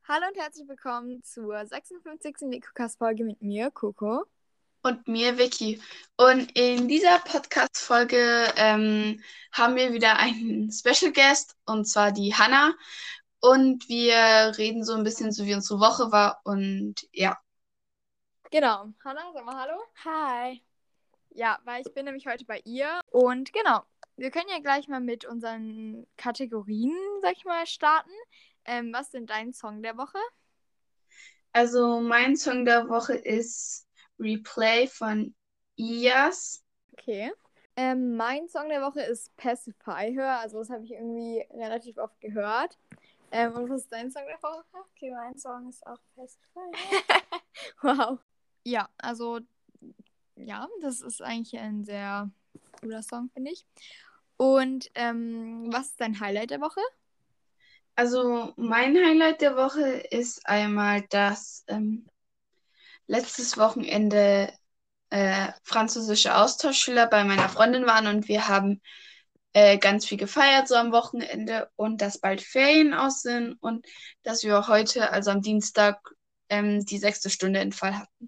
Hallo und herzlich willkommen zur 56. Nikocast-Folge mit mir, Coco. Und mir, Vicky. Und in dieser Podcast-Folge haben wir wieder einen Special Guest, und zwar die Hannah. Und wir reden so ein bisschen, so wie unsere Woche war. Und ja, Genau, Hannah, sag mal Hallo. Hi. Ja, weil ich bin nämlich heute bei ihr. Und genau, wir können ja gleich mal mit unseren Kategorien, sag ich mal, starten. Was ist denn dein Song der Woche? also mein Song der Woche ist Replay von Ias. Okay. Mein Song der Woche ist Pacify. Also das habe ich irgendwie relativ oft gehört. Und was ist dein Song der Woche? Okay, mein Song ist auch Pacify. Wow. Ja, also ja, das ist eigentlich ein sehr cooler Song, finde ich. Und was ist dein Highlight der Woche? Also mein Highlight der Woche ist einmal, dass letztes Wochenende französische Austauschschüler bei meiner Freundin waren und wir haben ganz viel gefeiert so am Wochenende und dass bald Ferien aus sind und dass wir heute, also am Dienstag, die 6. Stunde in Fall hatten.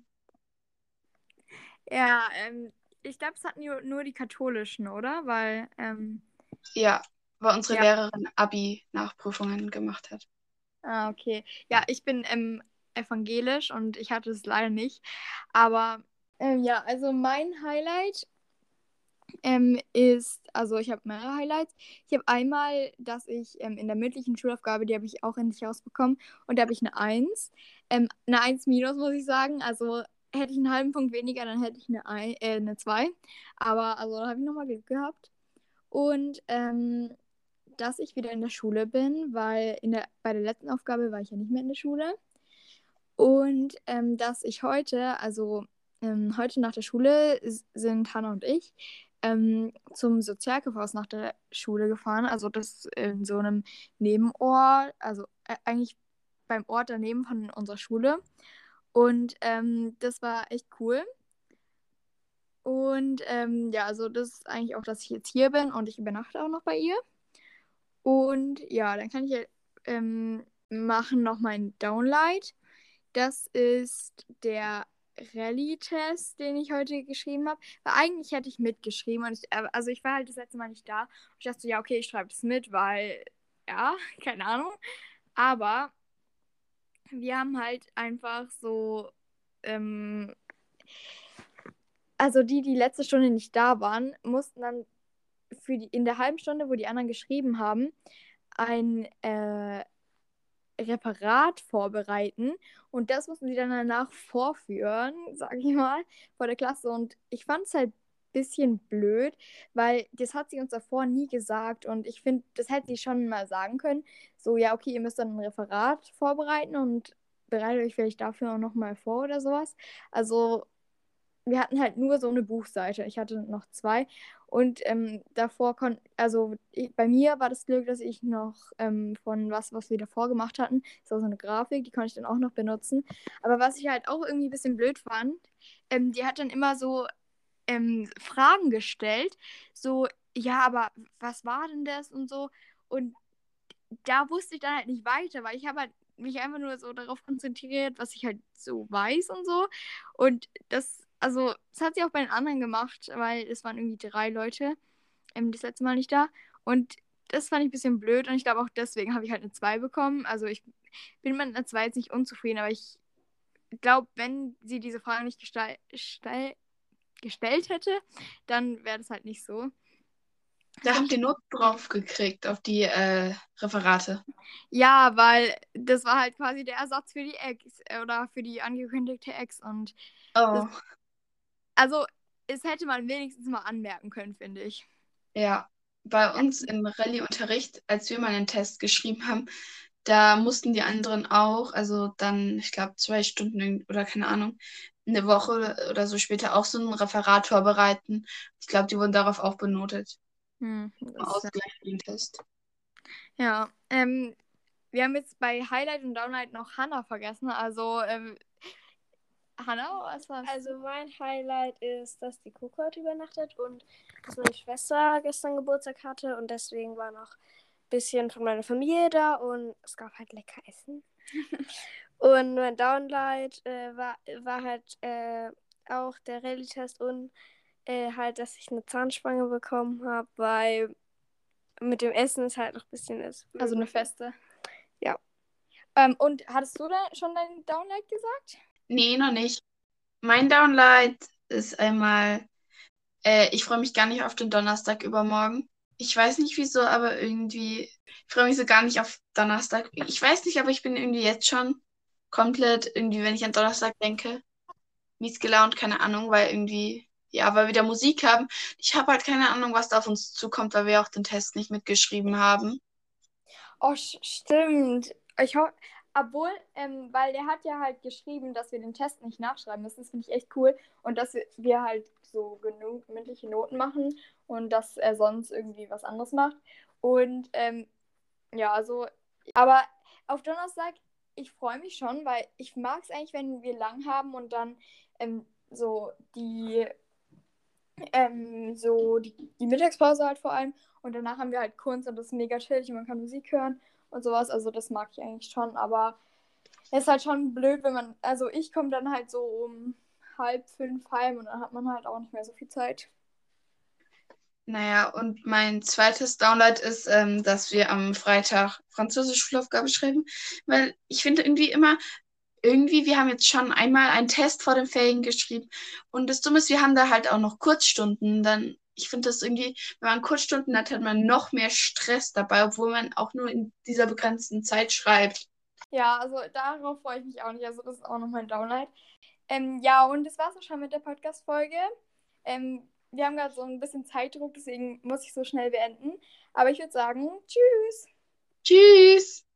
Ja, ich glaube, es hatten nur die katholischen, oder? Weil, Ja, weil unsere ja, Lehrerin Abi-Nachprüfungen gemacht hat. okay. Ja, ich bin evangelisch und ich hatte es leider nicht. Aber ja, also mein Highlight ist, also ich habe mehrere Highlights. Ich habe einmal, dass ich in der mündlichen Schulaufgabe, die habe ich auch endlich rausbekommen, und da habe ich eine 1. Eine 1 minus, muss ich sagen. Also hätte ich einen halben Punkt weniger, dann hätte ich eine 2. Aber also da habe ich nochmal Glück gehabt. Und dass ich wieder in der Schule bin, weil bei der letzten Aufgabe war ich ja nicht mehr in der Schule. Und dass ich heute, also heute nach der Schule sind Hannah und ich zum Sozialkaufhaus nach der Schule gefahren. Also das in so einem Nebenort, also eigentlich beim Ort daneben von unserer Schule. Und das war echt cool. Und ja, also das ist eigentlich auch, dass ich jetzt hier bin und ich übernachte auch noch bei ihr. Und ja, dann kann ich machen noch meinen Downlight. Das ist der Rallye-Test, den ich heute geschrieben habe. Weil eigentlich hätte ich mitgeschrieben. Also ich war halt das letzte Mal nicht da. Und ich dachte so, ja, okay, ich schreibe das mit, weil, ja, keine Ahnung. Aber wir haben halt einfach so, also die letzte Stunde nicht da waren, mussten dann in der halben Stunde, wo die anderen geschrieben haben, ein Referat vorbereiten, und das mussten sie dann danach vorführen, sag ich mal, vor der Klasse, und ich fand es halt ein bisschen blöd, weil das hat sie uns davor nie gesagt, und ich finde, das hätte sie schon mal sagen können, so, ja, okay, ihr müsst dann ein Referat vorbereiten und bereitet euch vielleicht dafür auch nochmal vor oder sowas. Also wir hatten halt nur so eine Buchseite. Ich hatte noch 2. Und davor bei mir war das Glück, dass ich noch von was wir davor gemacht hatten, ist auch so eine Grafik, die konnte ich dann auch noch benutzen. Aber was ich halt auch irgendwie ein bisschen blöd fand, die hat dann immer so Fragen gestellt, so, ja, aber was war denn das und so. Und da wusste ich dann halt nicht weiter, weil ich habe halt mich einfach nur so darauf konzentriert, was ich halt so weiß und so. Und das hat sie auch bei den anderen gemacht, weil es waren irgendwie 3 Leute das letzte Mal nicht da. Und das fand ich ein bisschen blöd, und ich glaube auch deswegen habe ich halt eine 2 bekommen. Also ich bin mit einer 2 jetzt nicht unzufrieden, aber ich glaube, wenn sie diese Frage nicht gestellt hätte, dann wäre das halt nicht so. Da habt ihr Noten drauf gekriegt auf die Referate. Ja, weil das war halt quasi der Ersatz für die Ex oder für die angekündigte Ex. Und das, Oh, also es hätte man wenigstens mal anmerken können, finde ich. ja. Bei uns im Rallye-Unterricht, als wir mal einen Test geschrieben haben, da mussten die anderen auch, also dann, ich glaube, 2 Stunden oder keine Ahnung, eine Woche oder so später auch so ein Referat vorbereiten. Ich glaube, die wurden darauf auch benotet. Im Das, Ausgleich für den Test. ja. Wir haben jetzt bei Highlight und Downlight noch Hannah vergessen. Also, Hannah, was war's? Also mein Highlight ist, dass die Coco heute übernachtet und dass meine Schwester gestern Geburtstag hatte und deswegen war noch ein bisschen von meiner Familie da und es gab halt lecker Essen. Und mein Downlight war halt auch der Rallye-Test und halt, dass ich eine Zahnspange bekommen habe, weil mit dem Essen ist halt noch ein bisschen ist. Also eine feste. Ja. Und hattest du da schon dein Downlight gesagt? Nee, noch nicht. Mein Downlight ist einmal, ich freue mich gar nicht auf den Donnerstag übermorgen. Ich weiß nicht wieso, aber irgendwie, ich freue mich so gar nicht auf Donnerstag. Ich weiß nicht, aber ich bin irgendwie jetzt schon komplett irgendwie, wenn ich an Donnerstag denke, mies gelaunt, keine Ahnung, weil irgendwie, ja, weil wir da Musik haben. Ich habe halt keine Ahnung, was da auf uns zukommt, weil wir auch den Test nicht mitgeschrieben haben. Oh, stimmt. Ich hoffe, obwohl, weil der hat ja halt geschrieben, dass wir den Test nicht nachschreiben müssen. Das finde ich echt cool. Und dass wir halt so genug mündliche Noten machen und dass er sonst irgendwie was anderes macht. Und ja, also, aber auf Donnerstag, ich freue mich schon, weil ich mag es eigentlich, wenn wir lang haben und dann so die Mittagspause halt vor allem. Und danach haben wir halt Kunst und das ist mega chillig und man kann Musik hören und sowas. Also das mag ich eigentlich schon, aber es ist halt schon blöd, wenn man, also ich komme dann halt so um 4:30 heim und dann hat man halt auch nicht mehr so viel Zeit. Naja, und mein zweites Download ist, dass wir am Freitag Französisch-Schulaufgabe schreiben, weil ich finde irgendwie, wir haben jetzt schon einmal einen Test vor den Ferien geschrieben und das Dumme ist, wir haben da halt auch noch Kurzstunden, dann, ich finde das irgendwie, wenn man Kurzstunden hat, hat man noch mehr Stress dabei, obwohl man auch nur in dieser begrenzten Zeit schreibt. Ja, also darauf freue ich mich auch nicht. Also das ist auch noch mein Downlight. Ja, und das war's auch schon mit der Podcast-Folge. Wir haben gerade so ein bisschen Zeitdruck, deswegen muss ich so schnell beenden. Aber ich würde sagen, tschüss. Tschüss!